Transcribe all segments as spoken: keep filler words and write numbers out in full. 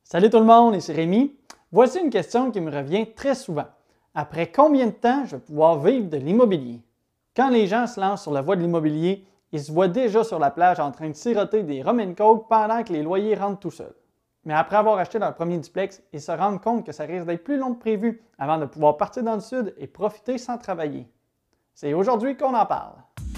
Salut tout le monde, ici Rémi. Voici une question qui me revient très souvent. Après combien de temps je vais pouvoir vivre de l'immobilier? Quand les gens se lancent sur la voie de l'immobilier, ils se voient déjà sur la plage en train de siroter des rum and coke pendant que les loyers rentrent tout seuls. Mais après avoir acheté leur premier duplex, ils se rendent compte que ça risque d'être plus long que prévu avant de pouvoir partir dans le sud et profiter sans travailler. C'est aujourd'hui qu'on en parle.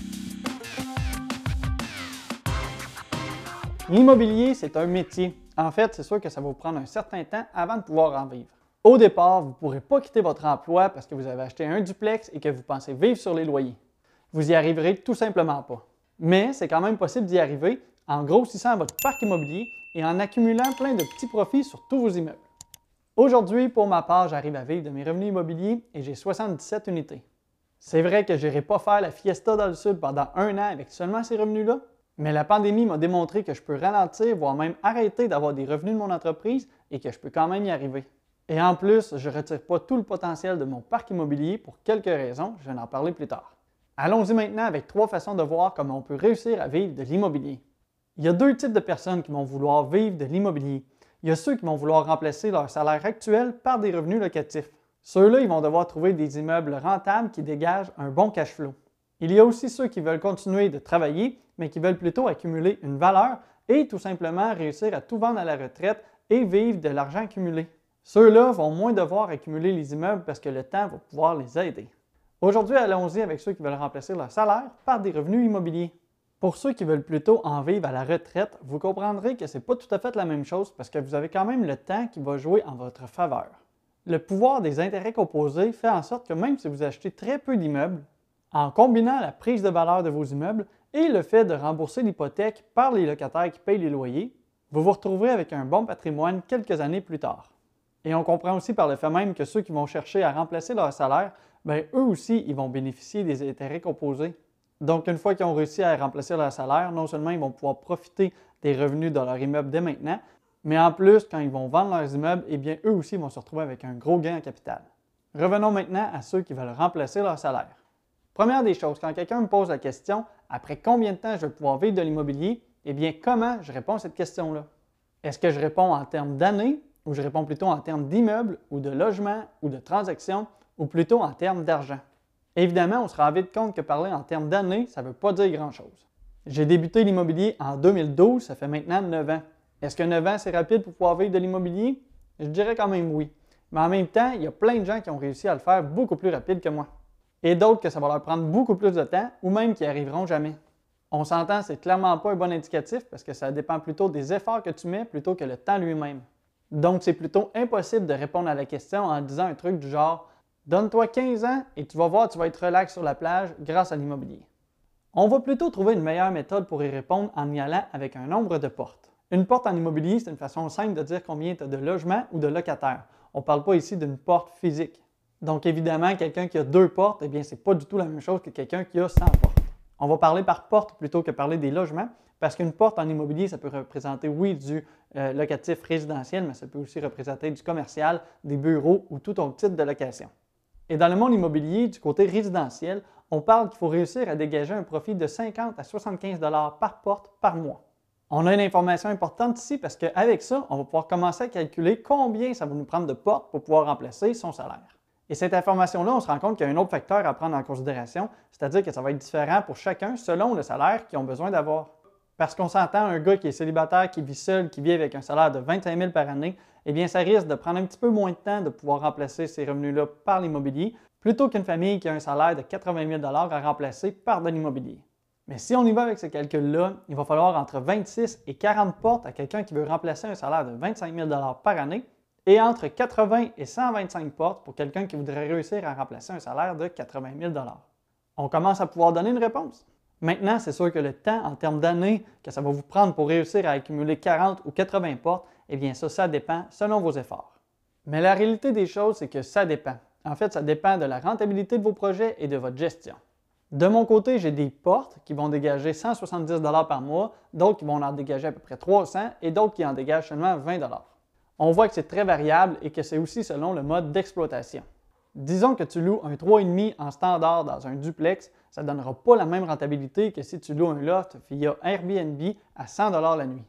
L'immobilier, c'est un métier. En fait, c'est sûr que ça va vous prendre un certain temps avant de pouvoir en vivre. Au départ, vous ne pourrez pas quitter votre emploi parce que vous avez acheté un duplex et que vous pensez vivre sur les loyers. Vous y arriverez tout simplement pas. Mais c'est quand même possible d'y arriver en grossissant votre parc immobilier et en accumulant plein de petits profits sur tous vos immeubles. Aujourd'hui, pour ma part, j'arrive à vivre de mes revenus immobiliers et j'ai soixante-dix-sept unités. C'est vrai que je n'irai pas faire la fiesta dans le sud pendant un an avec seulement ces revenus-là, mais la pandémie m'a démontré que je peux ralentir, voire même arrêter d'avoir des revenus de mon entreprise et que je peux quand même y arriver. Et en plus, je ne retire pas tout le potentiel de mon parc immobilier pour quelques raisons, je vais en parler plus tard. Allons-y maintenant avec trois façons de voir comment on peut réussir à vivre de l'immobilier. Il y a deux types de personnes qui vont vouloir vivre de l'immobilier. Il y a ceux qui vont vouloir remplacer leur salaire actuel par des revenus locatifs. Ceux-là, ils vont devoir trouver des immeubles rentables qui dégagent un bon cash flow. Il y a aussi ceux qui veulent continuer de travailler, mais qui veulent plutôt accumuler une valeur et tout simplement réussir à tout vendre à la retraite et vivre de l'argent accumulé. Ceux-là vont moins devoir accumuler les immeubles parce que le temps va pouvoir les aider. Aujourd'hui, allons-y avec ceux qui veulent remplacer leur salaire par des revenus immobiliers. Pour ceux qui veulent plutôt en vivre à la retraite, vous comprendrez que ce n'est pas tout à fait la même chose parce que vous avez quand même le temps qui va jouer en votre faveur. Le pouvoir des intérêts composés fait en sorte que même si vous achetez très peu d'immeubles, en combinant la prise de valeur de vos immeubles et le fait de rembourser l'hypothèque par les locataires qui payent les loyers, vous vous retrouverez avec un bon patrimoine quelques années plus tard. Et on comprend aussi par le fait même que ceux qui vont chercher à remplacer leur salaire, bien, eux aussi, ils vont bénéficier des intérêts composés. Donc, une fois qu'ils ont réussi à remplacer leur salaire, non seulement ils vont pouvoir profiter des revenus de leur immeuble dès maintenant, mais en plus, quand ils vont vendre leurs immeubles, eh bien, eux aussi vont se retrouver avec un gros gain en capital. Revenons maintenant à ceux qui veulent remplacer leur salaire. Première des choses, quand quelqu'un me pose la question « Après combien de temps je vais pouvoir vivre de l'immobilier? » Eh bien, comment je réponds à cette question-là? Est-ce que je réponds en termes d'années ou je réponds plutôt en termes d'immeubles ou de logements ou de transactions ou plutôt en termes d'argent? Évidemment, on se rend vite compte que parler en termes d'années, ça ne veut pas dire grand-chose. J'ai débuté l'immobilier en deux mille douze, ça fait maintenant neuf ans. Est-ce que neuf ans, c'est rapide pour pouvoir vivre de l'immobilier? Je dirais quand même oui. Mais en même temps, il y a plein de gens qui ont réussi à le faire beaucoup plus rapide que moi. Et d'autres que ça va leur prendre beaucoup plus de temps ou même qui n'y arriveront jamais. On s'entend, c'est clairement pas un bon indicatif parce que ça dépend plutôt des efforts que tu mets plutôt que le temps lui-même. Donc, c'est plutôt impossible de répondre à la question en disant un truc du genre « Donne-toi quinze ans et tu vas voir, tu vas être relax sur la plage grâce à l'immobilier. » On va plutôt trouver une meilleure méthode pour y répondre en y allant avec un nombre de portes. Une porte en immobilier, c'est une façon simple de dire combien tu as de logements ou de locataires. On ne parle pas ici d'une porte physique. Donc, évidemment, quelqu'un qui a deux portes, eh bien, ce n'est pas du tout la même chose que quelqu'un qui a cent portes. On va parler par porte plutôt que parler des logements, parce qu'une porte en immobilier, ça peut représenter, oui, du euh, locatif résidentiel, mais ça peut aussi représenter du commercial, des bureaux ou tout autre type de location. Et dans le monde immobilier, du côté résidentiel, on parle qu'il faut réussir à dégager un profit de cinquante à soixante-quinze dollars par porte par mois. On a une information importante ici parce qu'avec ça, on va pouvoir commencer à calculer combien ça va nous prendre de portes pour pouvoir remplacer son salaire. Et cette information-là, on se rend compte qu'il y a un autre facteur à prendre en considération, c'est-à-dire que ça va être différent pour chacun selon le salaire qu'ils ont besoin d'avoir. Parce qu'on s'entend, un gars qui est célibataire, qui vit seul, qui vit avec un salaire de vingt-cinq mille par année, eh bien, ça risque de prendre un petit peu moins de temps de pouvoir remplacer ces revenus-là par l'immobilier, plutôt qu'une famille qui a un salaire de quatre-vingt mille dollars à remplacer par de l'immobilier. Mais si on y va avec ce calcul-là, il va falloir entre vingt-six et quarante portes à quelqu'un qui veut remplacer un salaire de vingt-cinq mille dollars par année, et entre quatre-vingts et cent vingt-cinq portes pour quelqu'un qui voudrait réussir à remplacer un salaire de quatre-vingt mille dollars. On commence à pouvoir donner une réponse. Maintenant, c'est sûr que le temps en termes d'années que ça va vous prendre pour réussir à accumuler quarante ou quatre-vingts portes, eh bien ça, ça dépend selon vos efforts. Mais la réalité des choses, c'est que ça dépend. En fait, ça dépend de la rentabilité de vos projets et de votre gestion. De mon côté, j'ai des portes qui vont dégager cent soixante-dix dollars par mois, d'autres qui vont en dégager à peu près trois cents et d'autres qui en dégagent seulement vingt dollars. On voit que c'est très variable et que c'est aussi selon le mode d'exploitation. Disons que tu loues un trois virgule cinq en standard dans un duplex, ça ne donnera pas la même rentabilité que si tu loues un loft via Airbnb à cent dollars la nuit.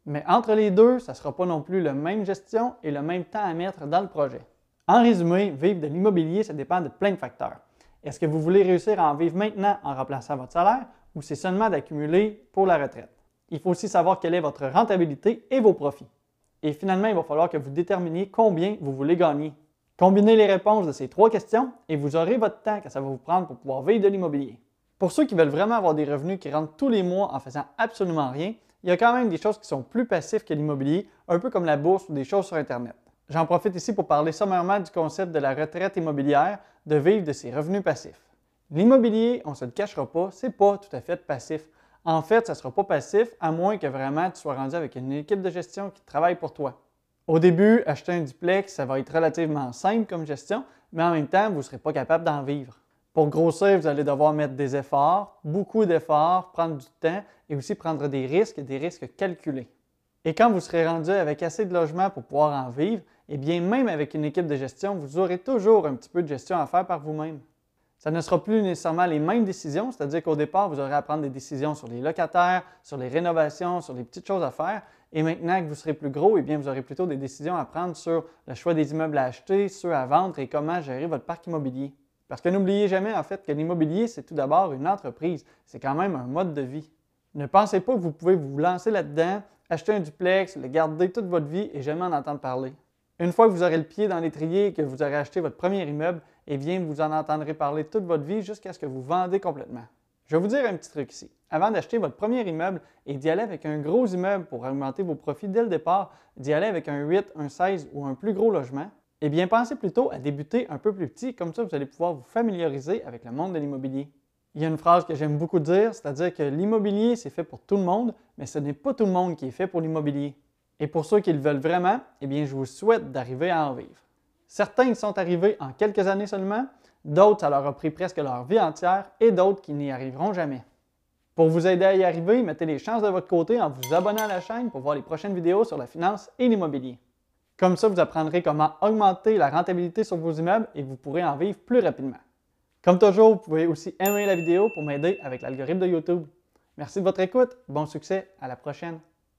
Mais entre les deux, ça ne sera pas non plus la même gestion et le même temps à mettre dans le projet. En résumé, vivre de l'immobilier, ça dépend de plein de facteurs. Est-ce que vous voulez réussir à en vivre maintenant en remplaçant votre salaire ou c'est seulement d'accumuler pour la retraite? Il faut aussi savoir quelle est votre rentabilité et vos profits. Et finalement, il va falloir que vous déterminiez combien vous voulez gagner. Combinez les réponses de ces trois questions et vous aurez votre temps que ça va vous prendre pour pouvoir vivre de l'immobilier. Pour ceux qui veulent vraiment avoir des revenus qui rentrent tous les mois en faisant absolument rien, il y a quand même des choses qui sont plus passives que l'immobilier, un peu comme la bourse ou des choses sur Internet. J'en profite ici pour parler sommairement du concept de la retraite immobilière, de vivre de ses revenus passifs. L'immobilier, on ne se le cachera pas, c'est pas tout à fait passif. En fait, ça ne sera pas passif à moins que vraiment tu sois rendu avec une équipe de gestion qui travaille pour toi. Au début, acheter un duplex, ça va être relativement simple comme gestion, mais en même temps, vous ne serez pas capable d'en vivre. Pour grossir, vous allez devoir mettre des efforts, beaucoup d'efforts, prendre du temps et aussi prendre des risques, des risques calculés. Et quand vous serez rendu avec assez de logements pour pouvoir en vivre, eh bien, même avec une équipe de gestion, vous aurez toujours un petit peu de gestion à faire par vous-même. Ça ne sera plus nécessairement les mêmes décisions, c'est-à-dire qu'au départ, vous aurez à prendre des décisions sur les locataires, sur les rénovations, sur les petites choses à faire. Et maintenant que vous serez plus gros, eh bien, vous aurez plutôt des décisions à prendre sur le choix des immeubles à acheter, ceux à vendre et comment gérer votre parc immobilier. Parce que n'oubliez jamais en fait que l'immobilier, c'est tout d'abord une entreprise. C'est quand même un mode de vie. Ne pensez pas que vous pouvez vous lancer là-dedans, acheter un duplex, le garder toute votre vie et jamais en entendre parler. Une fois que vous aurez le pied dans l'étrier et que vous aurez acheté votre premier immeuble, eh bien, vous en entendrez parler toute votre vie jusqu'à ce que vous vendez complètement. Je vais vous dire un petit truc ici. Avant d'acheter votre premier immeuble et d'y aller avec un gros immeuble pour augmenter vos profits dès le départ, d'y aller avec un huit, un seize ou un plus gros logement, eh bien, pensez plutôt à débuter un peu plus petit, comme ça vous allez pouvoir vous familiariser avec le monde de l'immobilier. Il y a une phrase que j'aime beaucoup dire, c'est-à-dire que l'immobilier, c'est fait pour tout le monde, mais ce n'est pas tout le monde qui est fait pour l'immobilier. Et pour ceux qui le veulent vraiment, eh bien, je vous souhaite d'arriver à en vivre. Certains y sont arrivés en quelques années seulement, d'autres, ça leur a pris presque leur vie entière et d'autres qui n'y arriveront jamais. Pour vous aider à y arriver, mettez les chances de votre côté en vous abonnant à la chaîne pour voir les prochaines vidéos sur la finance et l'immobilier. Comme ça, vous apprendrez comment augmenter la rentabilité sur vos immeubles et vous pourrez en vivre plus rapidement. Comme toujours, vous pouvez aussi aimer la vidéo pour m'aider avec l'algorithme de YouTube. Merci de votre écoute, bon succès, à la prochaine!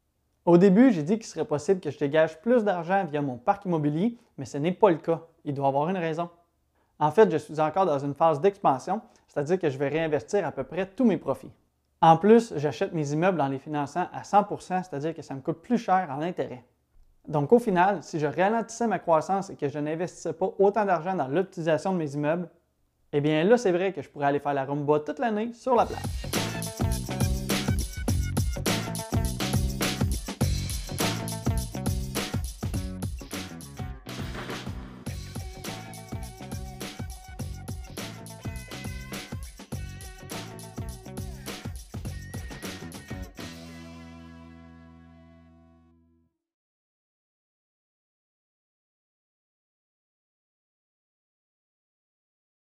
Au début, j'ai dit qu'il serait possible que je dégage plus d'argent via mon parc immobilier, mais ce n'est pas le cas. Il doit y avoir une raison. En fait, je suis encore dans une phase d'expansion, c'est-à-dire que je vais réinvestir à peu près tous mes profits. En plus, j'achète mes immeubles en les finançant à cent pour cent, c'est-à-dire que ça me coûte plus cher en intérêt. Donc au final, si je ralentissais ma croissance et que je n'investissais pas autant d'argent dans l'optimisation de mes immeubles, eh bien là, c'est vrai que je pourrais aller faire la rumba toute l'année sur la plage.